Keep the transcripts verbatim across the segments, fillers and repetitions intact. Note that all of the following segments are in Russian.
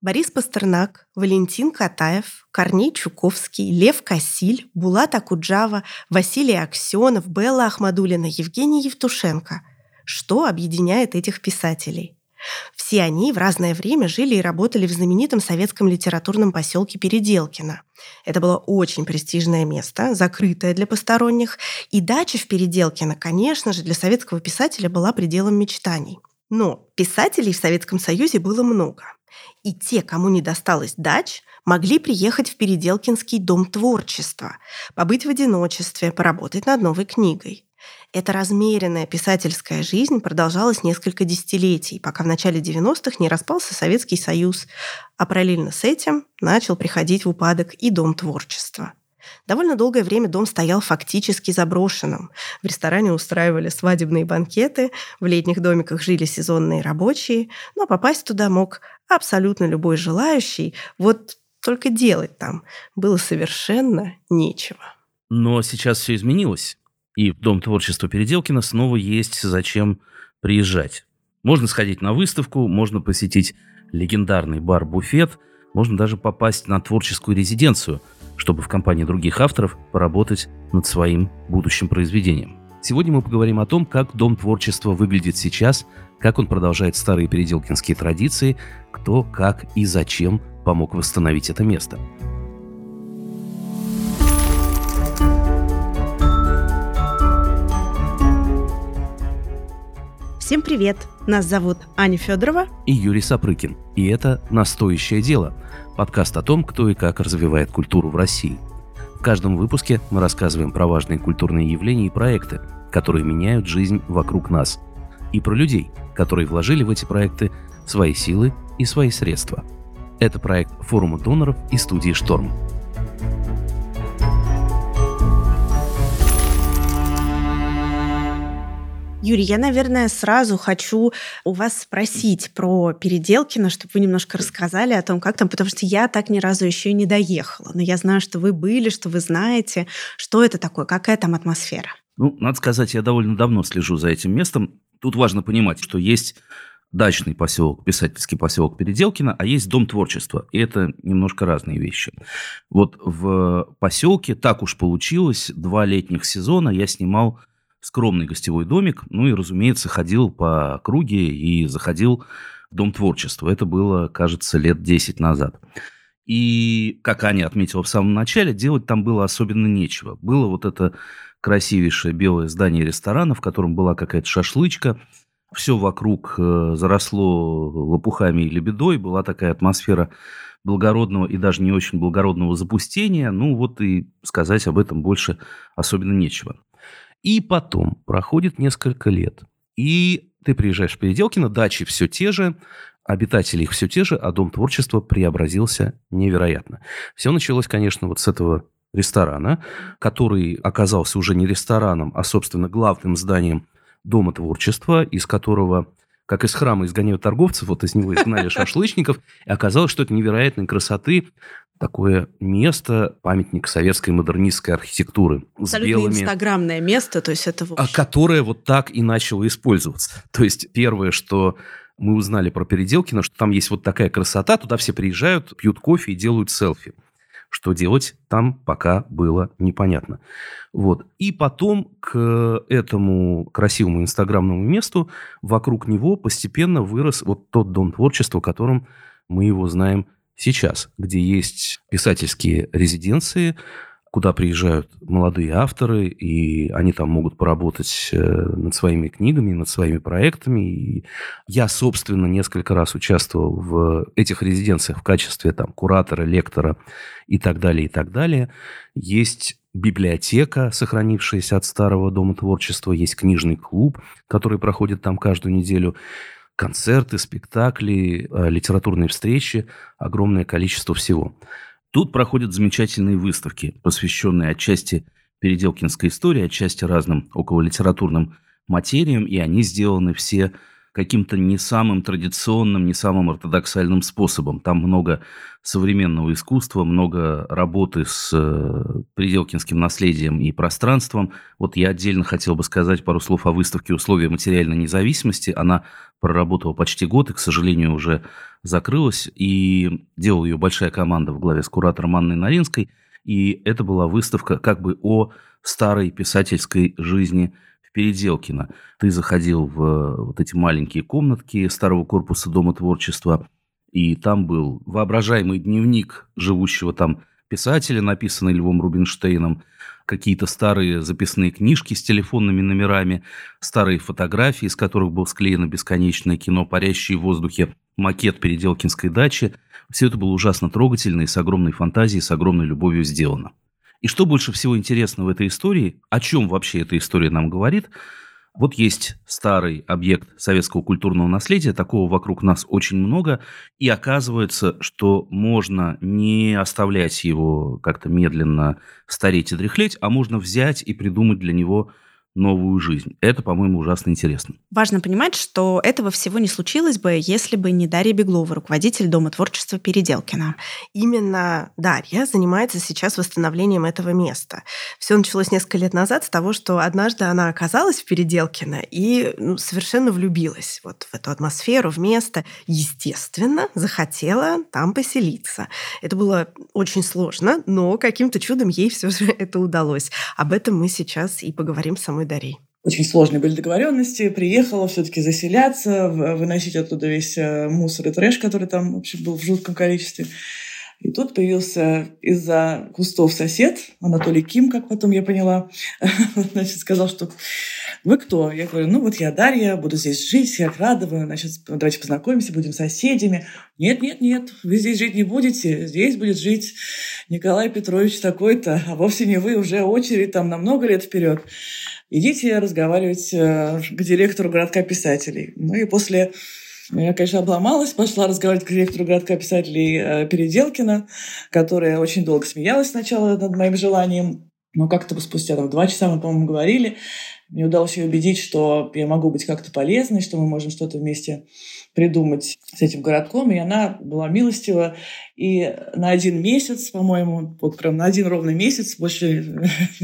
Борис Пастернак, Валентин Катаев, Корней Чуковский, Лев Кассиль, Булат Акуджава, Василий Аксенов, Белла Ахмадуллина, Евгений Евтушенко. Что объединяет этих писателей? Все они в разное время жили и работали в знаменитом советском литературном поселке Переделкино. Это было очень престижное место, закрытое для посторонних, и дача в Переделкино, конечно же, для советского писателя была пределом мечтаний. Но писателей в Советском Союзе было много. И те, кому не досталось дач, могли приехать в Переделкинский дом творчества, побыть в одиночестве, поработать над новой книгой. Эта размеренная писательская жизнь продолжалась несколько десятилетий, пока в начале девяностых не распался Советский Союз, а параллельно с этим начал приходить в упадок и дом творчества. Довольно долгое время дом стоял фактически заброшенным. В ресторане устраивали свадебные банкеты, в летних домиках жили сезонные рабочие, но попасть туда мог абсолютно любой желающий, вот только делать там было совершенно нечего. Но сейчас все изменилось, и в Дом творчества Переделкино снова есть зачем приезжать. Можно сходить на выставку, можно посетить легендарный бар-буфет, можно даже попасть на творческую резиденцию, чтобы в компании других авторов поработать над своим будущим произведением. Сегодня мы поговорим о том, как Дом творчества выглядит сейчас, как он продолжает старые переделкинские традиции, кто, как и зачем помог восстановить это место. Всем привет! Нас зовут Аня Федорова и Юрий Сапрыкин. И это «Настоящее дело» – подкаст о том, кто и как развивает культуру в России. В каждом выпуске мы рассказываем про важные культурные явления и проекты, которые меняют жизнь вокруг нас, и про людей, которые вложили в эти проекты свои силы и свои средства. Это проект Форума доноров и студии «Шторм». Юрий, я, наверное, сразу хочу у вас спросить про Переделкино, чтобы вы немножко рассказали о том, как там, потому что я так ни разу еще и не доехала. Но я знаю, что вы были, что вы знаете. Что это такое? Какая там атмосфера? Ну, надо сказать, я довольно давно слежу за этим местом. Тут важно понимать, что есть дачный поселок, писательский поселок Переделкино, а есть Дом творчества. И это немножко разные вещи. Вот в поселке так уж получилось, два летних сезона я снимал скромный гостевой домик, ну и, разумеется, ходил по округе и заходил в Дом творчества. Это было, кажется, лет десять назад. И, как Аня отметила в самом начале, делать там было особенно нечего. Было вот это красивейшее белое здание ресторана, в котором была какая-то шашлычка. Все вокруг заросло лопухами и лебедой. Была такая атмосфера благородного и даже не очень благородного запустения. Ну вот и сказать об этом больше особенно нечего. И потом проходит несколько лет, и ты приезжаешь в Переделкино, дачи все те же, обитатели их все те же, а Дом творчества преобразился невероятно. Все началось, конечно, вот с этого ресторана, который оказался уже не рестораном, а, собственно, главным зданием Дома творчества, из которого, как из храма изгоняют торговцев, вот из него изгнали шашлычников, и оказалось, что это невероятной красоты такое место, памятник советской модернистской архитектуры. Абсолютно с белыми, инстаграмное место, то есть это... А которое вот так и начало использоваться. То есть первое, что мы узнали про Переделкино, что там есть вот такая красота, туда все приезжают, пьют кофе и делают селфи. Что делать там пока было непонятно. Вот. И потом к этому красивому инстаграмному месту вокруг него постепенно вырос вот тот Дом творчества, которым мы его знаем сейчас, где есть писательские резиденции, куда приезжают молодые авторы, и они там могут поработать над своими книгами, над своими проектами. И я, собственно, несколько раз участвовал в этих резиденциях в качестве там, куратора, лектора и так далее, и так далее. Есть библиотека, сохранившаяся от старого Дома творчества, есть книжный клуб, который проходит там каждую неделю. Концерты, спектакли, литературные встречи, огромное количество всего. Тут проходят замечательные выставки, посвященные отчасти переделкинской истории, отчасти разным окололитературным материям, и они сделаны все каким-то не самым традиционным, не самым ортодоксальным способом. Там много современного искусства, много работы с переделкинским наследием и пространством. Вот я отдельно хотел бы сказать пару слов о выставке «Условия материальной независимости». Она проработала почти год и, к сожалению, уже закрылась, и делала ее большая команда в главе с куратором Анной Наринской. И это была выставка как бы о старой писательской жизни в Переделкино. Ты заходил в вот эти маленькие комнатки старого корпуса Дома творчества, и там был воображаемый дневник живущего там писателя, написанный Львом Рубинштейном, какие-то старые записные книжки с телефонными номерами, старые фотографии, из которых было склеено бесконечное кино, парящие в воздухе, макет Переделкинской дачи. Все это было ужасно трогательно и с огромной фантазией, с огромной любовью сделано. И что больше всего интересно в этой истории, о чем вообще эта история нам говорит? Вот есть старый объект советского культурного наследия, такого вокруг нас очень много, и оказывается, что можно не оставлять его как-то медленно стареть и дряхлеть, а можно взять и придумать для него новую жизнь. Это, по-моему, ужасно интересно. Важно понимать, что этого всего не случилось бы, если бы не Дарья Беглова, руководитель Дома творчества Переделкино. Именно Дарья занимается сейчас восстановлением этого места. Все началось несколько лет назад с того, что однажды она оказалась в Переделкино и ну, совершенно влюбилась вот в эту атмосферу, в место. Естественно, захотела там поселиться. Это было очень сложно, но каким-то чудом ей все же это удалось. Об этом мы сейчас и поговорим с самой Дарьей. Очень сложные были договоренности. Приехала все-таки заселяться, выносить оттуда весь мусор и трэш, который там вообще был в жутком количестве. И тут появился из-за кустов сосед, Анатолий Ким, как потом я поняла, значит, сказал, что вы кто? Я говорю, ну вот я Дарья, буду здесь жить, всех радую, значит, давайте познакомимся, будем соседями. Нет, нет, нет, вы здесь жить не будете, здесь будет жить Николай Петрович такой-то, а вовсе не вы, уже очередь там на много лет вперед. Идите разговаривать к директору городка писателей. Ну и после... Я, конечно, обломалась, пошла разговаривать к директору городка писателей Переделкино, которая очень долго смеялась сначала над моим желанием, но как-то спустя там, два часа мы, по-моему, говорили. Мне удалось ее убедить, что я могу быть как-то полезной, что мы можем что-то вместе придумать с этим городком. И она была милостива. И на один месяц, по-моему, вот прям на один ровный месяц, больше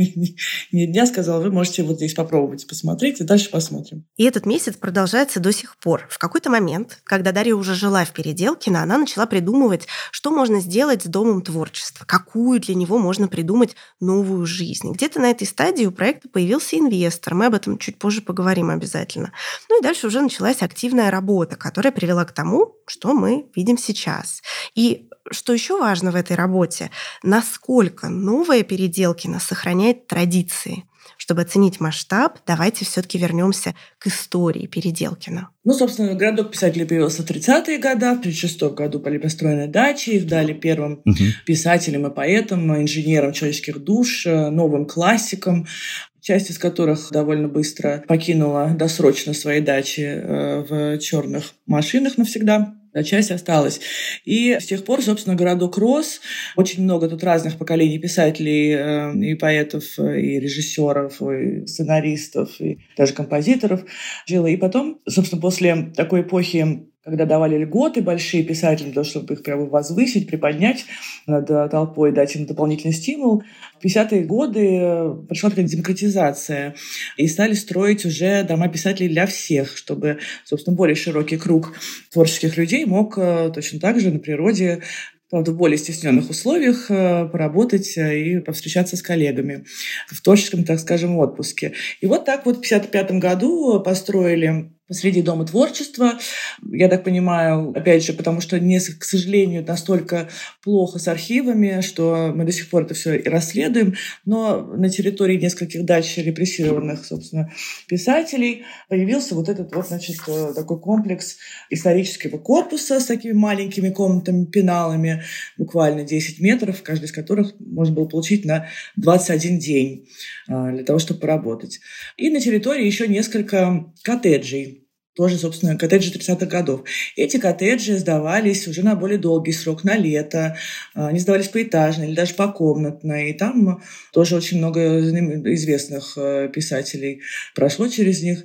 ни дня сказала, вы можете вот здесь попробовать посмотреть, и дальше посмотрим. И этот месяц продолжается до сих пор. В какой-то момент, когда Дарья уже жила в Переделкино, она начала придумывать, что можно сделать с Домом творчества, какую для него можно придумать новую жизнь. Где-то на этой стадии у проекта появился инвестор. Мы об этом чуть позже поговорим обязательно. Ну и дальше уже началась активная работа, которая привела к тому, что мы видим сейчас. И что еще важно в этой работе, насколько новая Переделкино сохраняет традиции. Чтобы оценить масштаб, давайте все-таки вернемся к истории Переделкино. Ну, собственно, городок писателей появился в тридцатые годы. В тридцать шестом году были построены дачи. Их дали первым угу. писателям и поэтам, инженерам человеческих душ, новым классикам, часть из которых довольно быстро покинула досрочно свои дачи в черных машинах навсегда. А часть осталась. И с тех пор, собственно, городок рос. Очень много тут разных поколений писателей и поэтов, и режиссеров, и сценаристов, и даже композиторов жило. И потом, собственно, после такой эпохи, когда давали льготы большие писателям, для того, чтобы их прямо возвысить, приподнять над толпой, дать им дополнительный стимул, в пятидесятые годы пришла такая демократизация, и стали строить уже дома писателей для всех, чтобы, собственно, более широкий круг творческих людей мог точно так же на природе, правда, в более стесненных условиях поработать и повстречаться с коллегами в творческом, так скажем, отпуске. И вот так вот в пятьдесят пятом году построили посреди Дома творчества. Я так понимаю, опять же, потому что, не, к сожалению, настолько плохо с архивами, что мы до сих пор это все и расследуем, но на территории нескольких дач репрессированных, собственно, писателей появился вот этот вот, значит, такой комплекс исторического корпуса с такими маленькими комнатами, пеналами, буквально десять метров, каждый из которых можно было получить на двадцать один день для того, чтобы поработать. И на территории еще несколько коттеджей. Тоже, собственно, коттеджи тридцатых годов. Эти коттеджи сдавались уже на более долгий срок, на лето. Они сдавались поэтажно или даже покомнатно. И там тоже очень много известных писателей прошло через них.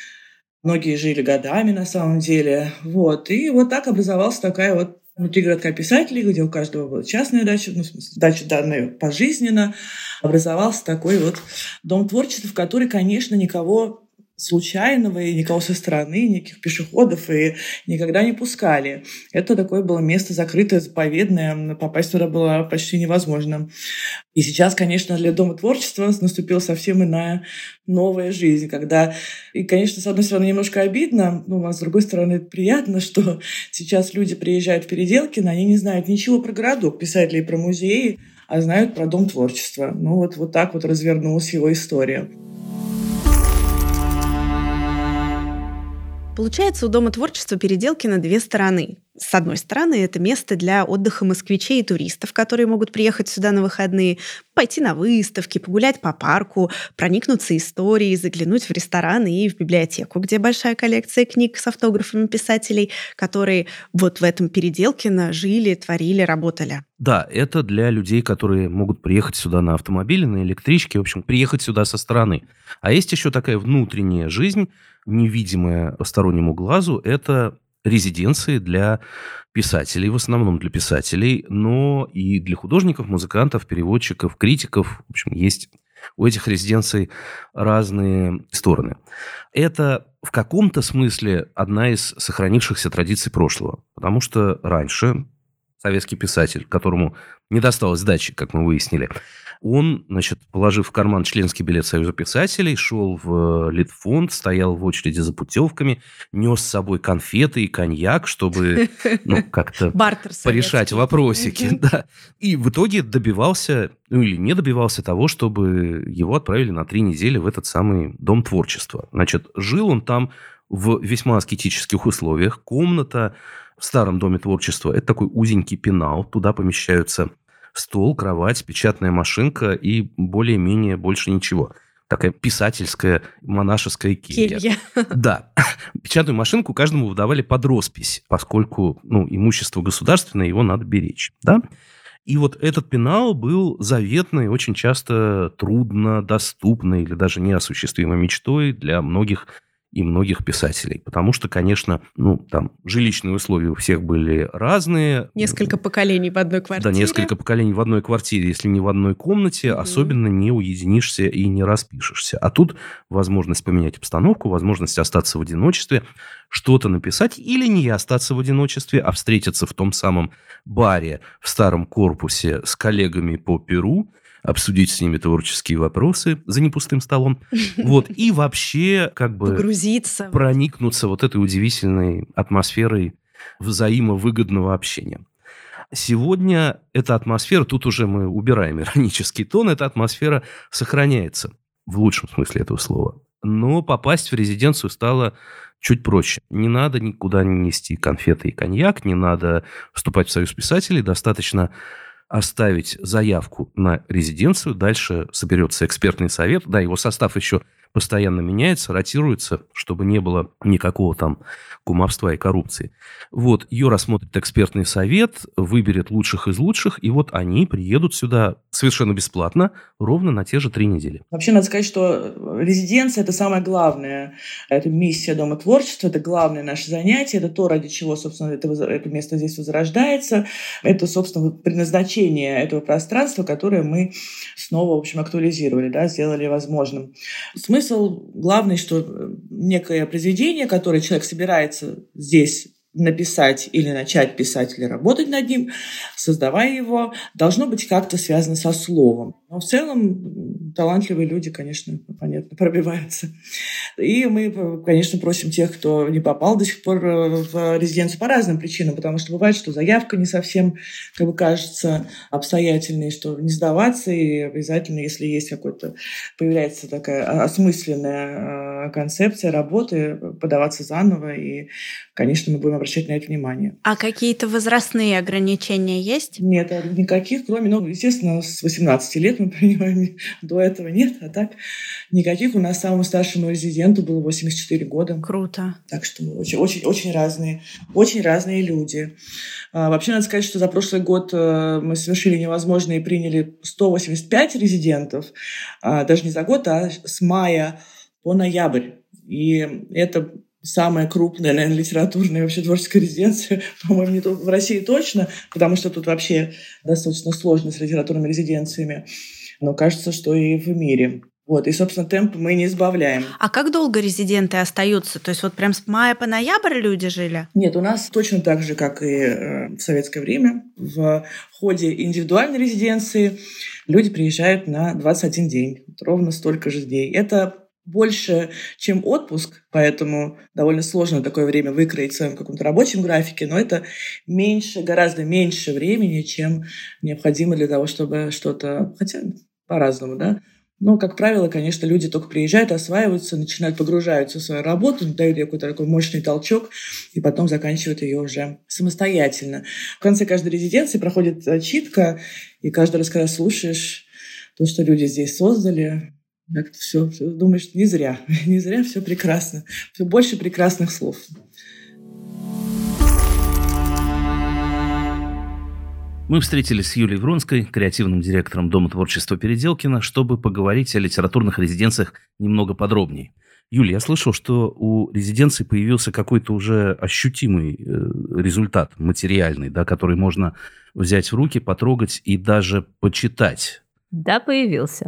Многие жили годами на самом деле. Вот. И вот так образовалась такая вот внутри городка писателей, где у каждого была частная дача, ну, в смысле, дача данная пожизненно, образовался такой вот дом творчества, в который, конечно, никого случайного, и никого со стороны, никаких пешеходов, и никогда не пускали. Это такое было место закрытое, заповедное, попасть туда было почти невозможно. И сейчас, конечно, для Дома творчества наступила совсем иная новая жизнь, когда, и, конечно, с одной стороны, немножко обидно, но, а с другой стороны, приятно, что сейчас люди приезжают в Переделкино, они не знают ничего про городок, писатели про музеи, а знают про Дом творчества. Ну вот, вот так вот развернулась его история. Получается, у Дома творчества Переделкино две стороны. С одной стороны, это место для отдыха москвичей и туристов, которые могут приехать сюда на выходные, пойти на выставки, погулять по парку, проникнуться историей, заглянуть в рестораны и в библиотеку, где большая коллекция книг с автографами писателей, которые вот в этом Переделкино жили, творили, работали. Да, это для людей, которые могут приехать сюда на автомобиле, на электричке, в общем, приехать сюда со стороны. А есть еще такая внутренняя жизнь, невидимая постороннему глазу, это резиденции для писателей, в основном для писателей, но и для художников, музыкантов, переводчиков, критиков. В общем, есть у этих резиденций разные стороны. Это в каком-то смысле одна из сохранившихся традиций прошлого, потому что раньше советский писатель, которому не досталось сдачи, как мы выяснили, он, значит, положив в карман членский билет Союза писателей, шел в Литфонд, стоял в очереди за путевками, нес с собой конфеты и коньяк, чтобы, ну, как-то порешать вопросики. Да. И в итоге добивался, ну, или не добивался того, чтобы его отправили на три недели в этот самый Дом творчества. Значит, жил он там в весьма аскетических условиях. Комната в старом Доме творчества – это такой узенький пенал, туда помещаются стол, кровать, печатная машинка и более-менее больше ничего. Такая писательская, монашеская келья. Келья. Да. Печатную машинку каждому выдавали под роспись, поскольку, ну, имущество государственное, его надо беречь. Да? И вот этот пенал был заветной, очень часто трудно доступной или даже неосуществимой мечтой для многих и многих писателей. Потому что, конечно, ну, там, жилищные условия у всех были разные. Несколько поколений в одной квартире. Да, несколько поколений в одной квартире, если не в одной комнате, mm-hmm. особенно не уединишься и не распишешься. А тут возможность поменять обстановку, возможность остаться в одиночестве, что-то написать или не остаться в одиночестве, а встретиться в том самом баре в старом корпусе с коллегами по перу, обсудить с ними творческие вопросы за непустым столом. Вот. И вообще как бы погрузиться, проникнуться вот этой удивительной атмосферой взаимовыгодного общения. Сегодня эта атмосфера, тут уже мы убираем иронический тон, эта атмосфера сохраняется в лучшем смысле этого слова. Но попасть в резиденцию стало чуть проще. Не надо никуда не нести конфеты и коньяк, не надо вступать в Союз писателей, достаточно оставить заявку на резиденцию, дальше соберется экспертный совет, да, его состав еще постоянно меняется, ротируется, чтобы не было никакого там кумовства и коррупции. Вот, ее рассмотрит экспертный совет, выберет лучших из лучших, и вот они приедут сюда совершенно бесплатно, ровно на те же три недели. Вообще, надо сказать, что резиденция – это самое главное. Это миссия Дома творчества, это главное наше занятие, это то, ради чего, собственно, это, это место здесь возрождается. Это, собственно, предназначение этого пространства, которое мы снова, в общем, актуализировали, да, сделали возможным. Смысл главный, что некое произведение, которое человек собирается здесь написать или начать писать, или работать над ним, создавая его, должно быть как-то связано со словом. Но в целом талантливые люди, конечно, понятно, пробиваются. И мы, конечно, просим тех, кто не попал до сих пор в резиденцию по разным причинам, потому что бывает, что заявка не совсем, как бы, кажется обстоятельной, что не сдаваться, и обязательно, если есть какой-то, появляется такая осмысленная концепция работы, подаваться заново, и, конечно, мы будем обращать на это внимание. А какие-то возрастные ограничения есть? Нет, никаких, кроме, ну, естественно, с восемнадцати лет мы принимаем, до этого нет, а так никаких. У нас самому старшему резиденту было восемьдесят четыре года. Круто. Так что очень, очень, очень разные, очень разные люди. А, вообще, надо сказать, что за прошлый год мы совершили невозможное и приняли сто восемьдесят пять резидентов, а, даже не за год, а с мая по ноябрь. И это самая крупная, наверное, литературная вообще творческая резиденция, по-моему, не только в России точно, потому что тут вообще достаточно сложно с литературными резиденциями, но кажется, что и в мире. Вот, и, собственно, темп мы не избавляем. А как долго резиденты остаются? То есть вот прям с мая по ноябрь люди жили? Нет, у нас точно так же, как и в советское время. В ходе индивидуальной резиденции люди приезжают на двадцать один день. Ровно столько же дней. Это больше, чем отпуск, поэтому довольно сложно такое время выкроить в своем каком-то рабочем графике, но это меньше, гораздо меньше времени, чем необходимо для того, чтобы что-то... Хотя по-разному, да? Но, как правило, конечно, люди только приезжают, осваиваются, начинают погружаются в свою работу, дают ей какой-то такой мощный толчок, и потом заканчивают ее уже самостоятельно. В конце каждой резиденции проходит читка, и каждый раз, когда слушаешь то, что люди здесь создали, как-то все, все думаешь, не зря, не зря, все прекрасно, все больше прекрасных слов. Мы встретились с Юлией Вронской, креативным директором Дома творчества Переделкино, чтобы поговорить о литературных резиденциях немного подробнее. Юлия, я слышал, что у резиденции появился какой-то уже ощутимый результат, материальный, да, который можно взять в руки, потрогать и даже почитать. Да, появился.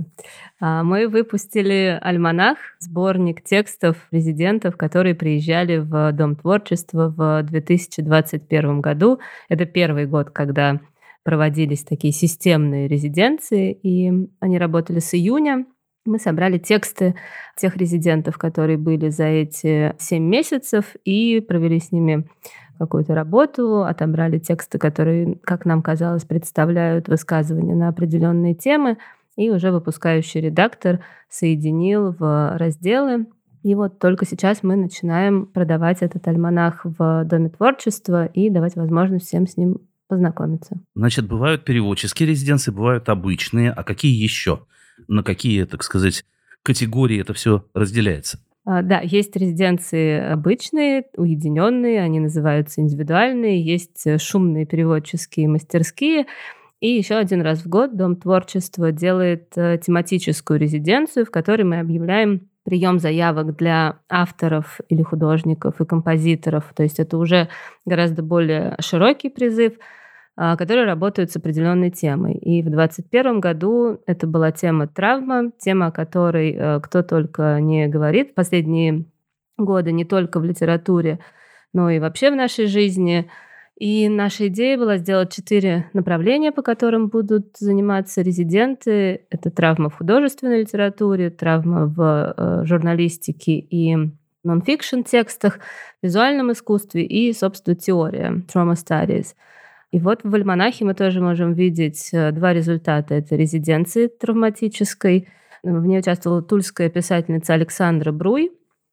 Мы выпустили альманах, сборник текстов резидентов, которые приезжали в Дом творчества в две тысячи двадцать первом году. Это первый год, когда проводились такие системные резиденции, и они работали с июня. Мы собрали тексты тех резидентов, которые были за эти семь месяцев, и провели с ними какую-то работу, отобрали тексты, которые, как нам казалось, представляют высказывания на определенные темы, и уже выпускающий редактор соединил в разделы. И вот только сейчас мы начинаем продавать этот альманах в Доме творчества и давать возможность всем с ним познакомиться. Значит, бывают переводческие резиденции, бывают обычные. А какие еще? На какие, так сказать, категории это все разделяется? Да, есть резиденции обычные, уединенные, они называются индивидуальные, есть шумные переводческие мастерские. И еще один раз в год Дом творчества делает тематическую резиденцию, в которой мы объявляем прием заявок для авторов или художников и композиторов. То есть это уже гораздо более широкий призыв, которые работают с определенной темой. И в двадцать первом году это была тема травма, тема, о которой кто только не говорит в последние годы, не только в литературе, но и вообще в нашей жизни. И наша идея была сделать четыре направления, по которым будут заниматься резиденты. Это травма в художественной литературе, травма в журналистике и нон-фикшн текстах, визуальном искусстве и, собственно, теория, trauma studies. И вот в альманахе мы тоже можем видеть два результата. Это резиденции травматической. В ней участвовала тульская писательница Александра Бруй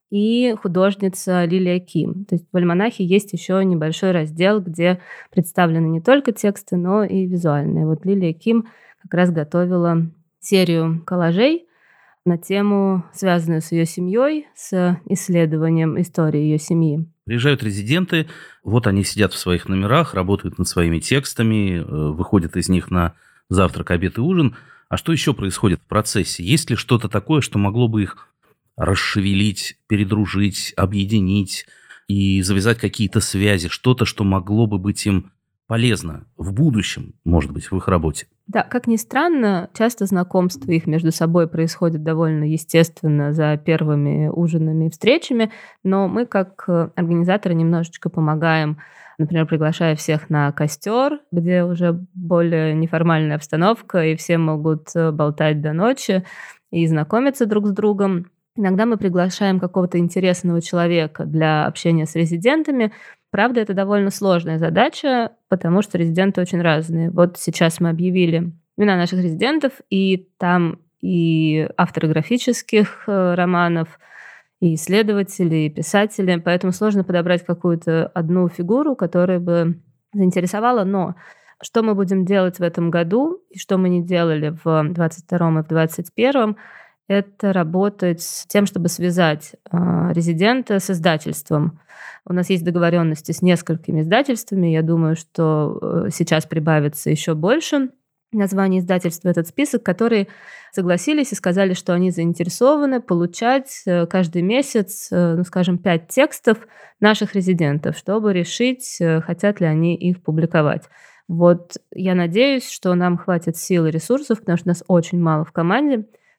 и художница Лилия Ким. То есть в альманахе есть еще небольшой раздел, где представлены не только тексты, но и визуальные. Вот Лилия Ким как раз готовила серию коллажей на тему, связанную с ее семьей, с исследованием истории ее семьи. Приезжают резиденты, вот они сидят в своих номерах, работают над своими текстами, выходят из них на завтрак, обед и ужин. А что еще происходит в процессе? Есть ли что-то такое, что могло бы их расшевелить, передружить, объединить и завязать какие-то связи? Что-то, что могло бы быть им полезно в будущем, может быть, в их работе? Да, как ни странно, часто знакомства их между собой происходят довольно естественно за первыми ужинами и встречами, но мы, как организаторы, немножечко помогаем, например, приглашая всех на костер, где уже более неформальная обстановка, и все могут болтать до ночи и знакомиться друг с другом. Иногда мы приглашаем какого-то интересного человека для общения с резидентами. Правда, это довольно сложная задача, потому что резиденты очень разные. Вот сейчас мы объявили имена наших резидентов, и там и авторы графических романов, и исследователи, и писатели, поэтому сложно подобрать какую-то одну фигуру, которая бы заинтересовала. Но что мы будем делать в этом году, и что мы не делали в двадцать втором и в двадцать первом, это работать с тем, чтобы связать э, резидента с издательством. У нас есть договоренности с несколькими издательствами. Я думаю, что э, сейчас прибавится еще больше названий издательств в этот список, которые согласились и сказали, что они заинтересованы получать э, каждый месяц, э, ну, скажем, пять текстов наших резидентов, чтобы решить, э, хотят ли они их публиковать. Вот я надеюсь, что нам хватит сил и ресурсов, потому что нас очень мало в команде,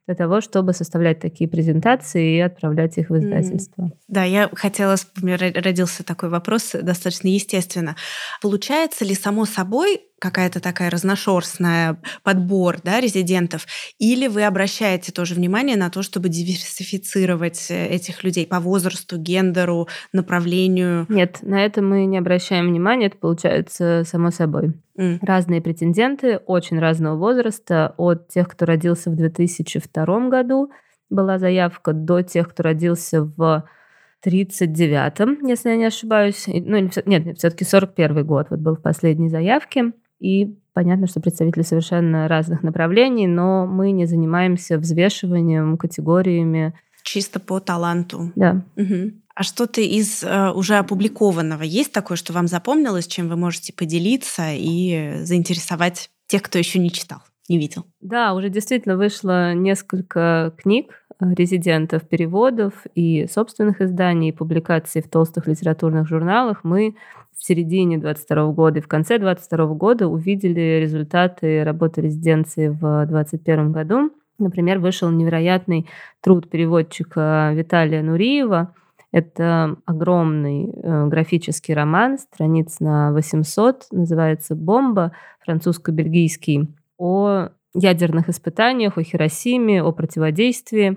для того, чтобы составлять такие презентации и отправлять их в издательство. Mm. Да, я хотела, у меня родился такой вопрос достаточно естественно. Получается ли само собой какая-то такая разношерстная подбор, да, резидентов, или вы обращаете тоже внимание на то, чтобы диверсифицировать этих людей по возрасту, гендеру, направлению? Нет, на это мы не обращаем внимания, это получается само собой. Mm. Разные претенденты, очень разного возраста, от тех, кто родился в две тысячи втором году, была заявка, до тех, кто родился в тридцать девятом, если я не ошибаюсь. Ну, нет, нет все-таки сорок первый год вот был в последней заявке. И понятно, что представители совершенно разных направлений, но мы не занимаемся взвешиванием, категориями. Чисто по таланту. Да. Угу. А что-то из э, уже опубликованного есть такое, что вам запомнилось, чем вы можете поделиться и заинтересовать тех, кто еще не читал, не видел? Да, уже действительно вышло несколько книг резидентов, переводов и собственных изданий, и публикаций в толстых литературных журналах. Мы в середине двадцать второго года и в конце двадцать второго года увидели результаты работы резиденции в двадцать первом году. Например, вышел невероятный труд переводчика Виталия Нуриева. Это огромный э, графический роман, страниц на восемьсот, называется «Бомба», французско-бельгийский, о ядерных испытаниях, о Хиросиме, о противодействии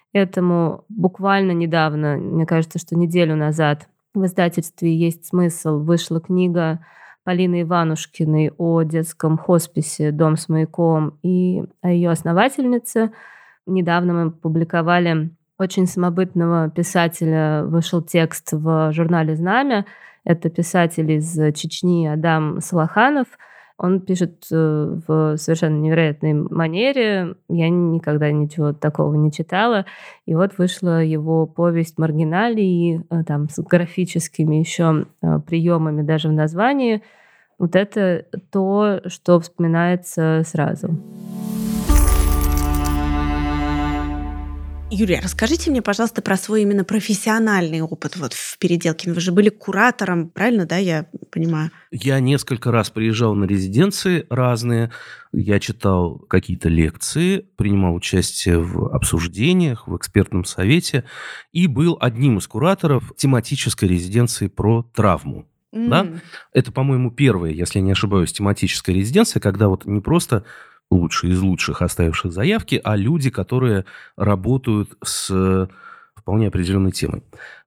этому. Буквально недавно, мне кажется, что неделю назад, в издательстве «Есть смысл» вышла книга Полины Иванушкиной о детском хосписе «Дом с маяком» и о ее основательнице. Недавно мы публиковали очень самобытного писателя, вышел текст в журнале «Знамя». Это писатель из Чечни Адам Салаханов. Он пишет в совершенно невероятной манере. Я никогда ничего такого не читала. И вот вышла его повесть «Маргиналии», там, с графическими еще приемами даже в названии. Вот это то, что вспоминается сразу. Юлия, расскажите мне, пожалуйста, про свой именно профессиональный опыт вот в переделке. Вы же были куратором, правильно, да, я понимаю? Я несколько раз приезжал на резиденции разные, я читал какие-то лекции, принимал участие в обсуждениях, в экспертном совете и был одним из кураторов тематической резиденции про травму. Mm. Да? Это, по-моему, первая, если я не ошибаюсь, тематическая резиденция, когда вот не просто лучшие из лучших оставивших заявки, а люди, которые работают с вполне определенной темой.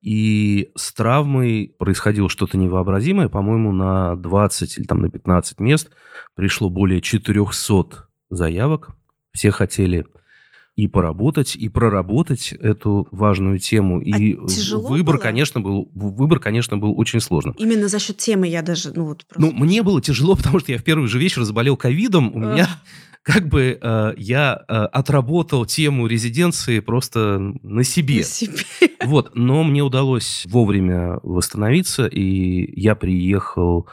И с травмой происходило что-то невообразимое. По-моему, на двадцать или там, на пятнадцать мест пришло более четыреста заявок. Все хотели и поработать, и проработать эту важную тему. И а выбор, было? конечно, был, выбор, конечно, был очень сложным. Именно за счет темы я даже... Ну, вот просто... ну мне было тяжело, потому что я в первый же вечер заболел ковидом. У меня... Как бы э, я э, отработал тему резиденции просто на себе. На себе. Вот, но мне удалось вовремя восстановиться, и я приехал,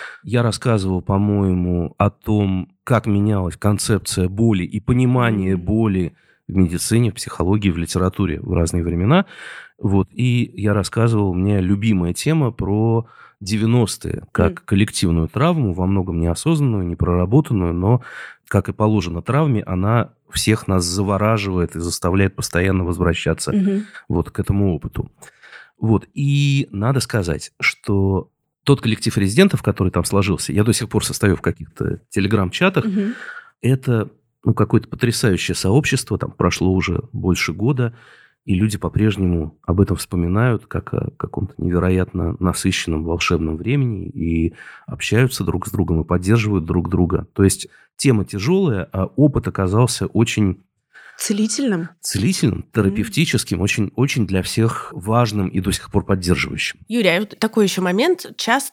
я рассказывал, по-моему, о том, как менялась концепция боли и понимание боли в медицине, в психологии, в литературе в разные времена. Вот, и я рассказывал, у меня любимая тема про девяностые, как mm. коллективную травму, во многом неосознанную, непроработанную, но, как и положено травме, она всех нас завораживает и заставляет постоянно возвращаться mm-hmm. вот к этому опыту. Вот. И надо сказать, что тот коллектив резидентов, который там сложился, я до сих пор состою в каких-то телеграм-чатах, mm-hmm. это ну, какое-то потрясающее сообщество, там прошло уже больше года, и люди по-прежнему об этом вспоминают, как о каком-то невероятно насыщенном волшебном времени, и общаются друг с другом, и поддерживают друг друга. То есть тема тяжелая, а опыт оказался очень... Целительным. Целительным, терапевтическим, mm. очень, очень для всех важным и до сих пор поддерживающим. Юрий, такой еще момент.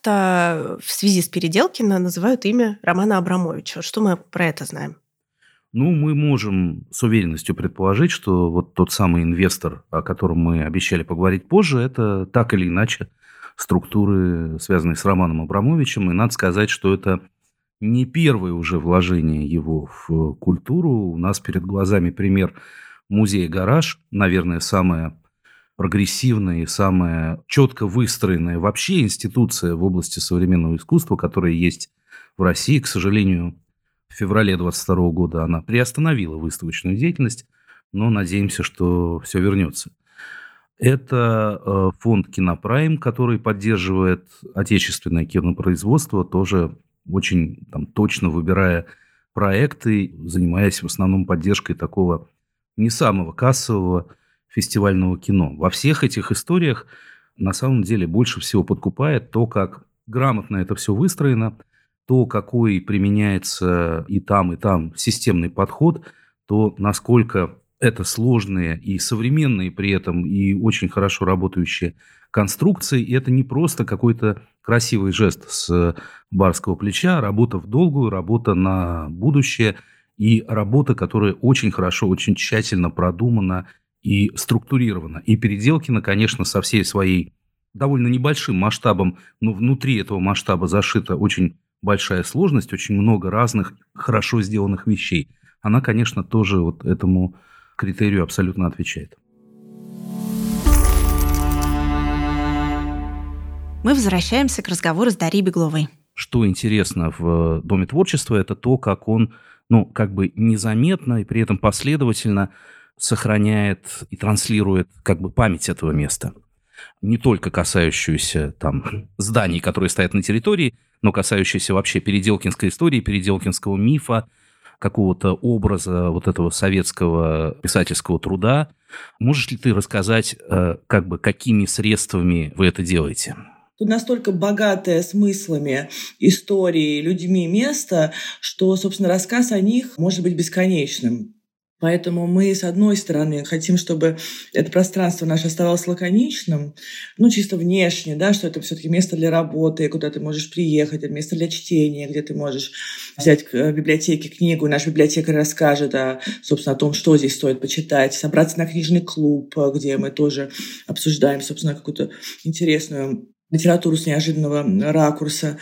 Часто в связи с Переделкино называют имя Романа Абрамовича. Что мы про это знаем? Ну, мы можем с уверенностью предположить, что вот тот самый инвестор, о котором мы обещали поговорить позже, это так или иначе структуры, связанные с Романом Абрамовичем. И надо сказать, что это не первое уже вложение его в культуру. У нас перед глазами пример музея «Гараж», наверное, самая прогрессивная и самая четко выстроенная вообще институция в области современного искусства, которая есть в России, к сожалению. В феврале двадцать второго года она приостановила выставочную деятельность, но надеемся, что все вернется. Это э, фонд «Кинопрайм», который поддерживает отечественное кинопроизводство, тоже очень там, точно выбирая проекты, занимаясь в основном поддержкой такого не самого кассового фестивального кино. Во всех этих историях на самом деле больше всего подкупает то, как грамотно это все выстроено, то, какой применяется и там, и там системный подход, то, насколько это сложные и современные при этом, и очень хорошо работающие конструкции. И это не просто какой-то красивый жест с барского плеча, а работа в долгую, работа на будущее, и работа, которая очень хорошо, очень тщательно продумана и структурирована. И Переделкино, конечно, со всей своей довольно небольшим масштабом, но внутри этого масштаба зашита очень большая сложность, очень много разных хорошо сделанных вещей. Она, конечно, тоже вот этому критерию абсолютно отвечает. Мы возвращаемся к разговору с Дарьей Бегловой. Что интересно в Доме творчества, это то, как он, ну, как бы незаметно и при этом последовательно сохраняет и транслирует как бы память этого места. Не только касающуюся там зданий, которые стоят на территории, но касающуюся вообще переделкинской истории, переделкинского мифа, какого-то образа вот этого советского писательского труда. Можешь ли ты рассказать, как бы, какими средствами вы это делаете? Тут настолько богатое смыслами истории, людьми место, что, собственно, рассказ о них может быть бесконечным. Поэтому мы, с одной стороны, хотим, чтобы это пространство наше оставалось лаконичным, ну, чисто внешне, да, что это все-таки место для работы, куда ты можешь приехать, это место для чтения, где ты можешь взять в библиотеке книгу, и наш библиотекарь расскажет, о, собственно, о том, что здесь стоит почитать, собраться на книжный клуб, где мы тоже обсуждаем, собственно, какую-то интересную литературу с неожиданного ракурса.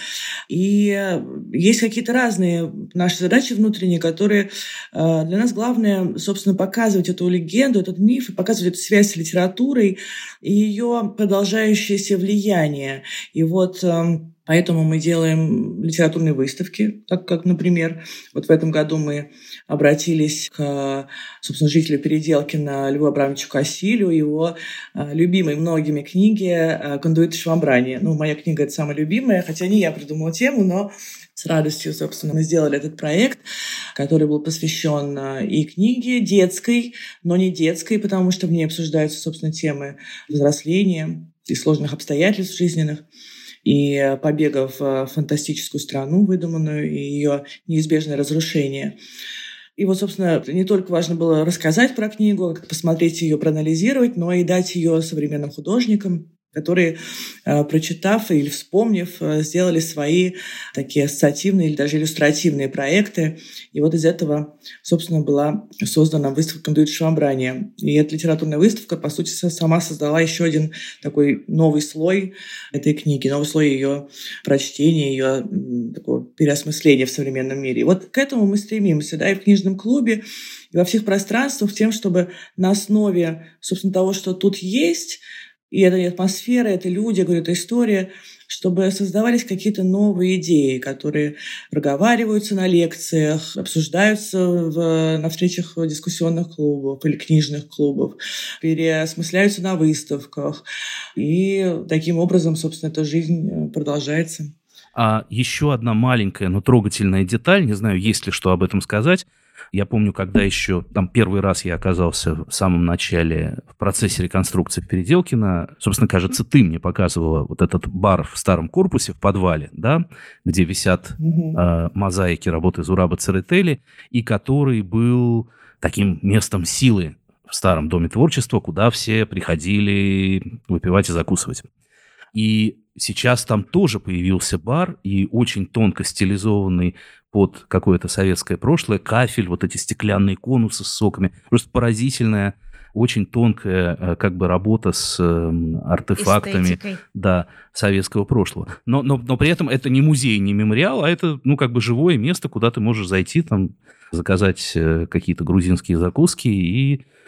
И есть какие-то разные наши задачи внутренние, которые для нас главное, собственно, показывать эту легенду, этот миф, и показывать эту связь с литературой и ее продолжающееся влияние. И вот поэтому мы делаем литературные выставки, так как, например, вот в этом году мы обратились к, собственно, жителю Переделкина Льву Абрамовичу Кассилю, его любимой многими книге «Кондуит и швабрание». Ну, моя книга — это самая любимая, хотя не я придумала тему, но с радостью, собственно, мы сделали этот проект, который был посвящен и книге детской, но не детской, потому что в ней обсуждаются, собственно, темы взросления и сложных обстоятельств жизненных, и побега в фантастическую страну выдуманную, и ее неизбежное разрушение. И вот, собственно, не только важно было рассказать про книгу, посмотреть ее, проанализировать, но и дать ее современным художникам, которые, прочитав или вспомнив, сделали свои такие ассоциативные или даже иллюстративные проекты. И вот из этого, собственно, была создана выставка «Кондуит и швабрание». И эта литературная выставка, по сути, сама создала еще один такой новый слой этой книги, новый слой ее прочтения, ее такого переосмысления в современном мире. И вот к этому мы стремимся, да, и в книжном клубе, и во всех пространствах, тем, чтобы на основе, собственно, того, что тут есть, и это атмосфера, это люди, я говорю, это история, чтобы создавались какие-то новые идеи, которые проговариваются на лекциях, обсуждаются в, на встречах дискуссионных клубов или книжных клубов, переосмысляются на выставках. И таким образом, собственно, эта жизнь продолжается. А еще одна маленькая, но трогательная деталь, не знаю, есть ли что об этом сказать. Я помню, когда еще там первый раз я оказался в самом начале в процессе реконструкции Переделкина, собственно, кажется, ты мне показывала вот этот бар в старом корпусе в подвале, да, где висят э, мозаики работы Зураба Церетели, и который был таким местом силы в старом Доме творчества, куда все приходили выпивать и закусывать. И сейчас там тоже появился бар, и очень тонко стилизованный под какое-то советское прошлое, кафель, вот эти стеклянные конусы с соками. Просто поразительная, очень тонкая как бы работа с артефактами эстетикой, да, советского прошлого. Но, но, но при этом это не музей, не мемориал, а это, ну, как бы живое место, куда ты можешь зайти, там, заказать какие-то грузинские закуски и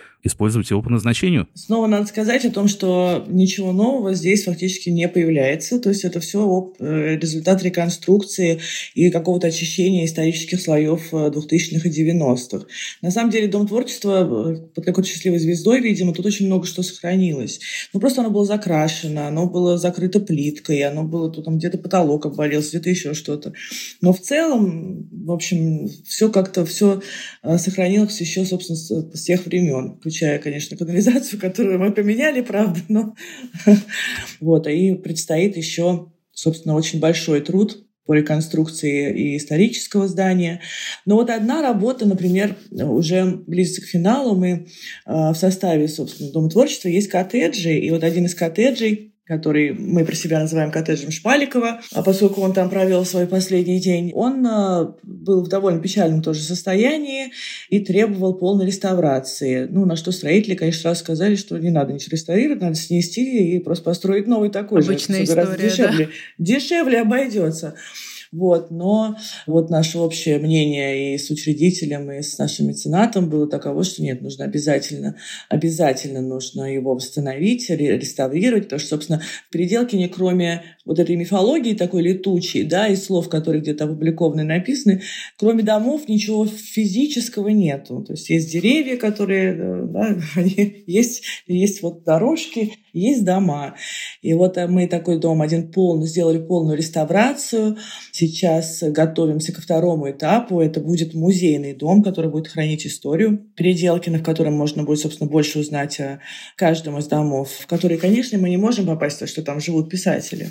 использовать его по назначению. Снова надо сказать о том, что ничего нового здесь фактически не появляется. То есть это все результат реконструкции и какого-то очищения исторических слоев двухтысячных и девяностых. На самом деле Дом творчества под какой-то счастливой звездой, видимо, тут очень много что сохранилось. Ну, просто оно было закрашено, оно было закрыто плиткой, оно было тут там где-то потолок обвалился, где-то еще что-то. Но в целом, в общем, все как-то все сохранилось еще, собственно, с тех времен, включая, конечно, канализацию, которую мы поменяли, правда, но вот, и предстоит еще, собственно, очень большой труд по реконструкции и исторического здания. Но вот одна работа, например, уже близится к финалу. Мы в составе, собственно, Дома творчества есть коттеджи, и вот один из коттеджей, который мы про себя называем коттеджем Шпаликова, а поскольку он там провел свой последний день, он был в довольно печальном тоже состоянии и требовал полной реставрации. Ну, на что строители, конечно, сразу сказали, что не надо ничего реставрировать, надо снести и просто построить новый такой же. Обычная история, дешевле, да? Дешевле обойдется. Вот, но вот наше общее мнение и с учредителем, и с нашим меценатом было таково, что нет, нужно обязательно, обязательно нужно его восстановить, реставрировать, потому что, собственно, в Переделкине, кроме вот этой мифологии такой летучей, да, и слов, которые где-то опубликованы и написаны, кроме домов ничего физического нету. То есть есть деревья, которые, да, они, есть, есть вот дорожки, есть дома. И вот мы такой дом один полный, сделали полную реставрацию. Сейчас готовимся ко второму этапу. Это будет музейный дом, который будет хранить историю Переделкина, в котором можно будет, собственно, больше узнать о каждом из домов, в которые, конечно, мы не можем попасть, потому что там живут писатели.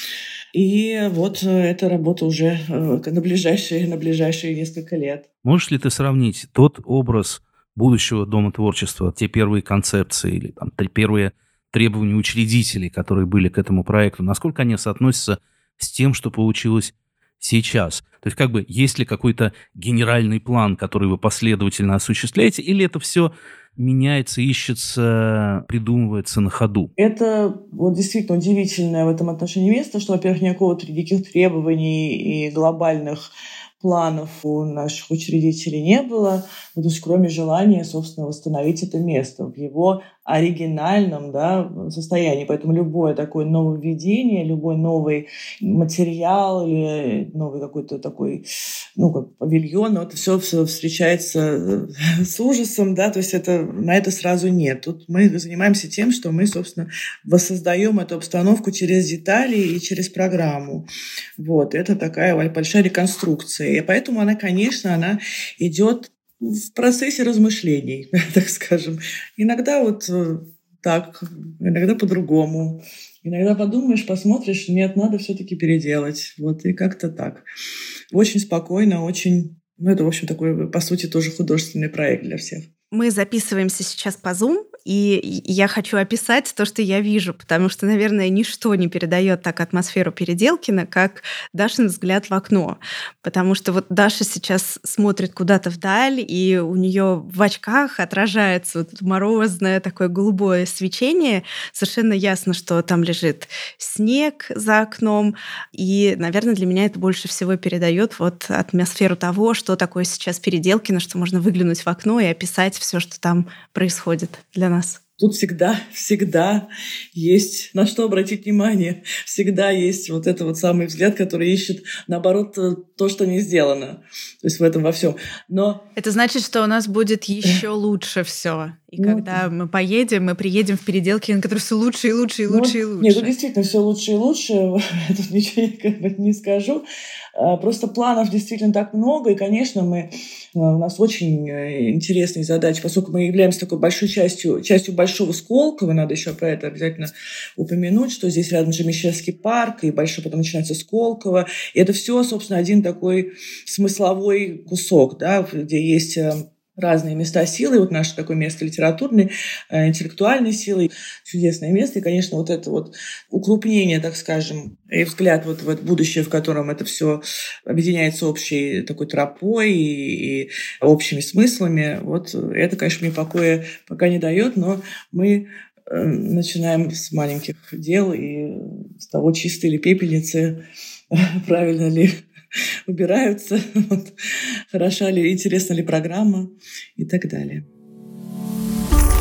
И вот эта работа уже на ближайшие, на ближайшие несколько лет. Можешь ли ты сравнить тот образ будущего Дома творчества, те первые концепции или там, первые требования учредителей, которые были к этому проекту, насколько они соотносятся с тем, что получилось сейчас? То есть как бы есть ли какой-то генеральный план, который вы последовательно осуществляете, или это все меняется, ищется, придумывается на ходу? Это вот действительно удивительное в этом отношении место, что, во-первых, никакого никаких требований и глобальных планов у наших учредителей не было, ну, то есть кроме желания, собственно, восстановить это место в его оригинальном, да, состоянии. Поэтому любое такое нововведение, любой новый материал или новый какой-то такой, ну, как павильон, это все, все встречается с ужасом, да, то есть это, на это сразу нет. Тут мы занимаемся тем, что мы, собственно, воссоздаем эту обстановку через детали и через программу. Вот, это такая большая реконструкция. И поэтому она, конечно, она идет в процессе размышлений, так скажем. Иногда вот так, иногда по-другому. Иногда подумаешь, посмотришь, нет, надо все-таки переделать. Вот и как-то так. Очень спокойно, очень... Ну, это, в общем, такой, по сути, тоже художественный проект для всех. Мы записываемся сейчас по Zoom, и я хочу описать то, что я вижу, потому что, наверное, ничто не передает так атмосферу Переделкина, как Дашин взгляд в окно. Потому что вот Даша сейчас смотрит куда-то вдаль, и у нее в очках отражается вот это морозное такое голубое свечение. Совершенно ясно, что там лежит снег за окном. И, наверное, для меня это больше всего передает вот атмосферу того, что такое сейчас Переделкино, что можно выглянуть в окно и описать все, что там происходит для нас. Тут всегда, всегда есть на что обратить внимание. Всегда есть вот этот вот самый взгляд, который ищет, наоборот, то, что не сделано. То есть в этом во всем. Но... Это значит, что у нас будет еще лучше все. И ну, когда мы поедем, мы приедем в Переделкино, который все лучше и лучше и лучше ну, и лучше. Нет, тут действительно все лучше и лучше. Я тут ничего не скажу. Просто планов действительно так много. И, конечно, мы, у нас очень интересные задачи, поскольку мы являемся такой большой частью, частью Большого Сколково. Надо еще про это обязательно упомянуть, что здесь рядом же Мещерский парк, и большой потом начинается Сколково. И это все, собственно, один такой смысловой кусок, да, где есть разные места силы. Вот наше такое место литературной, интеллектуальной силы. Чудесное место. И, конечно, вот это вот укрупнение, так скажем, и взгляд вот в это будущее, в котором это все объединяется общей такой тропой и, и общими смыслами. Вот это, конечно, мне покоя пока не дает, но мы начинаем с маленьких дел и с того, чистые ли пепельницы, правильно ли убираются, вот, хороша ли, интересна ли программа и так далее.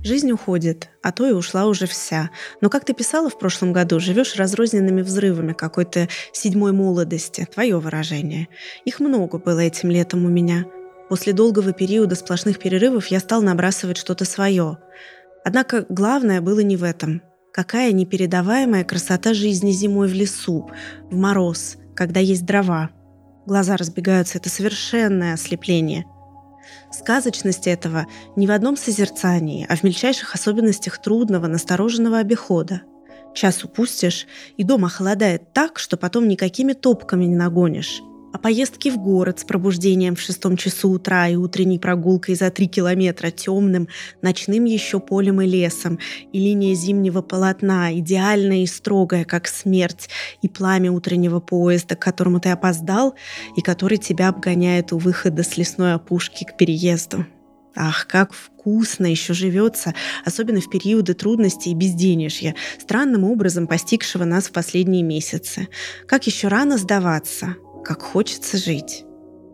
Жизнь уходит, а то и ушла уже вся. Но, как ты писала в прошлом году, живешь разрозненными взрывами какой-то седьмой молодости. Твое выражение. Их много было этим летом у меня. После долгого периода сплошных перерывов я стал набрасывать что-то свое. Однако главное было не в этом. Какая непередаваемая красота жизни зимой в лесу, в мороз, когда есть дрова. Глаза разбегаются, это совершенное ослепление. Сказочность этого не в одном созерцании, а в мельчайших особенностях трудного, настороженного обихода. Час упустишь, и дом охладает так, что потом никакими топками не нагонишь. А поездки в город с пробуждением в шестом часу утра и утренней прогулкой за три километра темным, ночным еще полем и лесом, и линия зимнего полотна, идеальная и строгая, как смерть, и пламя утреннего поезда, к которому ты опоздал, и который тебя обгоняет у выхода с лесной опушки к переезду. Ах, как вкусно еще живется, особенно в периоды трудностей и безденежья, странным образом постигшего нас в последние месяцы. Как еще рано сдаваться, как хочется жить.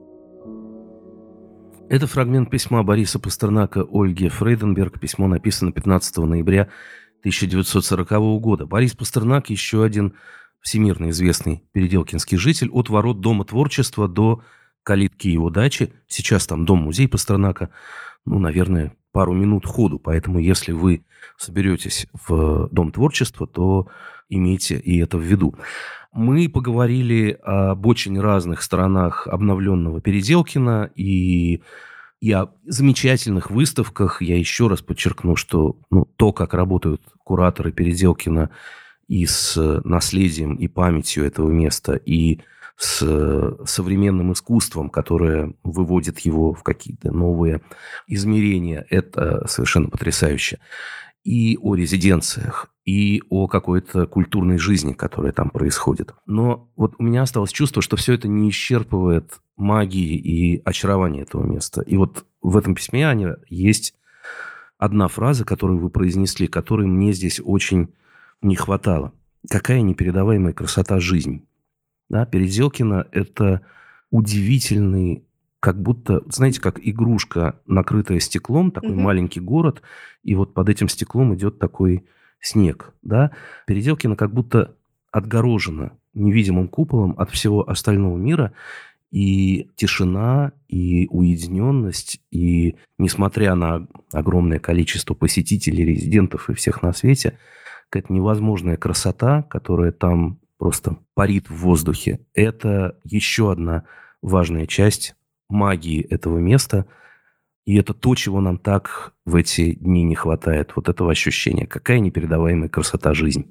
Это фрагмент письма Бориса Пастернака Ольге Фрейденберг. Письмо написано пятнадцатого ноября тысяча девятьсот сорокового года. Борис Пастернак еще один всемирно известный переделкинский житель. От ворот Дома творчества до калитки его дачи. Сейчас там дом-музей Пастернака. Ну, наверное, пару минут ходу. Поэтому, если вы соберетесь в Дом творчества, то имейте и это в виду. Мы поговорили об очень разных сторонах обновленного Переделкина и, и о замечательных выставках. Я еще раз подчеркну, что ну, то, как работают кураторы Переделкина и с наследием и памятью этого места, и с современным искусством, которое выводит его в какие-то новые измерения, это совершенно потрясающе. И о резиденциях, и о какой-то культурной жизни, которая там происходит. Но вот у меня осталось чувство, что все это не исчерпывает магии и очарования этого места. И вот в этом письме, Аня, есть одна фраза, которую вы произнесли, которой мне здесь очень не хватало. Какая непередаваемая красота жизни. Да, Переделкино – это удивительный, как будто, знаете, как игрушка, накрытая стеклом, такой угу. маленький город, и вот под этим стеклом идет такой снег. Да? Переделкино как будто отгорожено невидимым куполом от всего остального мира, и тишина, и уединенность, и несмотря на огромное количество посетителей, резидентов и всех на свете, какая-то невозможная красота, которая там просто парит в воздухе, это еще одна важная часть магии этого места, и это то, чего нам так в эти дни не хватает, вот этого ощущения. Какая непередаваемая красота жизни.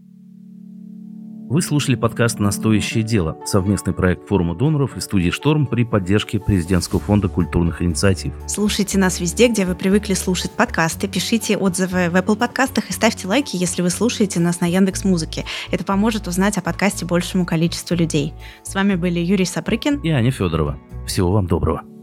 Вы слушали подкаст «Настоящее дело», совместный проект Форума доноров и студии «Шторм» при поддержке Президентского фонда культурных инициатив. Слушайте нас везде, где вы привыкли слушать подкасты, пишите отзывы в Apple подкастах и ставьте лайки, если вы слушаете нас на Яндекс.Музыке. Это поможет узнать о подкасте большему количеству людей. С вами были Юрий Сапрыкин и Аня Федорова. Всего вам доброго.